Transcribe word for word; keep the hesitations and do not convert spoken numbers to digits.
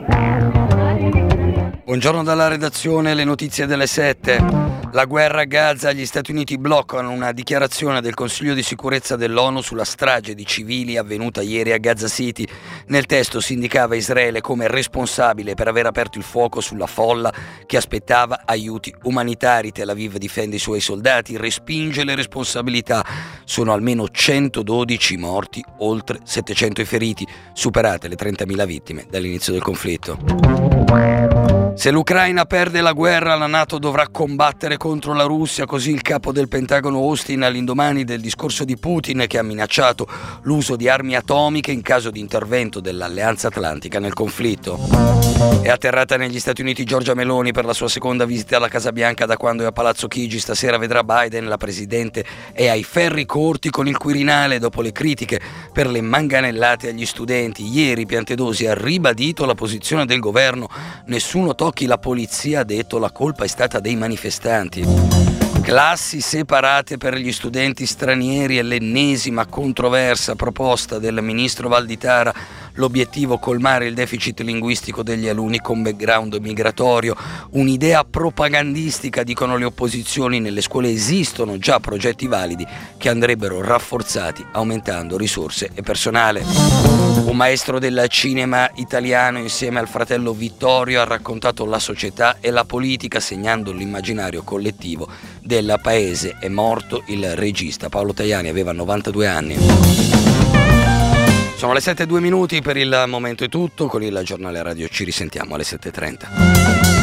Buongiorno dalla redazione, le notizie delle sette. La guerra a Gaza, gli Stati Uniti bloccano una dichiarazione del Consiglio di sicurezza dell'ONU sulla strage di civili avvenuta ieri a Gaza City. Nel testo si indicava Israele come responsabile per aver aperto il fuoco sulla folla che aspettava aiuti umanitari. Tel Aviv difende i suoi soldati, respinge le responsabilità. Sono almeno centododici morti, oltre settecento i feriti, superate le trentamila vittime dall'inizio del conflitto. Se l'Ucraina perde la guerra, la NATO dovrà combattere contro la Russia, così il capo del Pentagono Austin all'indomani del discorso di Putin che ha minacciato l'uso di armi atomiche in caso di intervento dell'Alleanza Atlantica nel conflitto. È atterrata negli Stati Uniti Giorgia Meloni per la sua seconda visita alla Casa Bianca da quando è a Palazzo Chigi. Stasera vedrà Biden, la presidente è ai ferri corti con il Quirinale dopo le critiche per le manganellate agli studenti. Ieri Piantedosi ha ribadito la posizione del governo, nessuno tocchi la polizia, ha detto, la colpa è stata dei manifestanti. Classi separate per gli studenti stranieri è l'ennesima controversa proposta del ministro Valditara. L'obiettivo colmare il deficit linguistico degli alunni con background migratorio. Un'idea propagandistica, dicono le opposizioni. Nelle scuole esistono già progetti validi che andrebbero rafforzati aumentando risorse e personale. Un maestro del cinema italiano insieme al fratello Vittorio ha raccontato la società e la politica segnando l'immaginario collettivo del paese. È morto il regista. Paolo Tajani aveva novantadue anni. Sono le sette e due minuti, per il momento è tutto. Con il giornale radio ci risentiamo alle sette e trenta.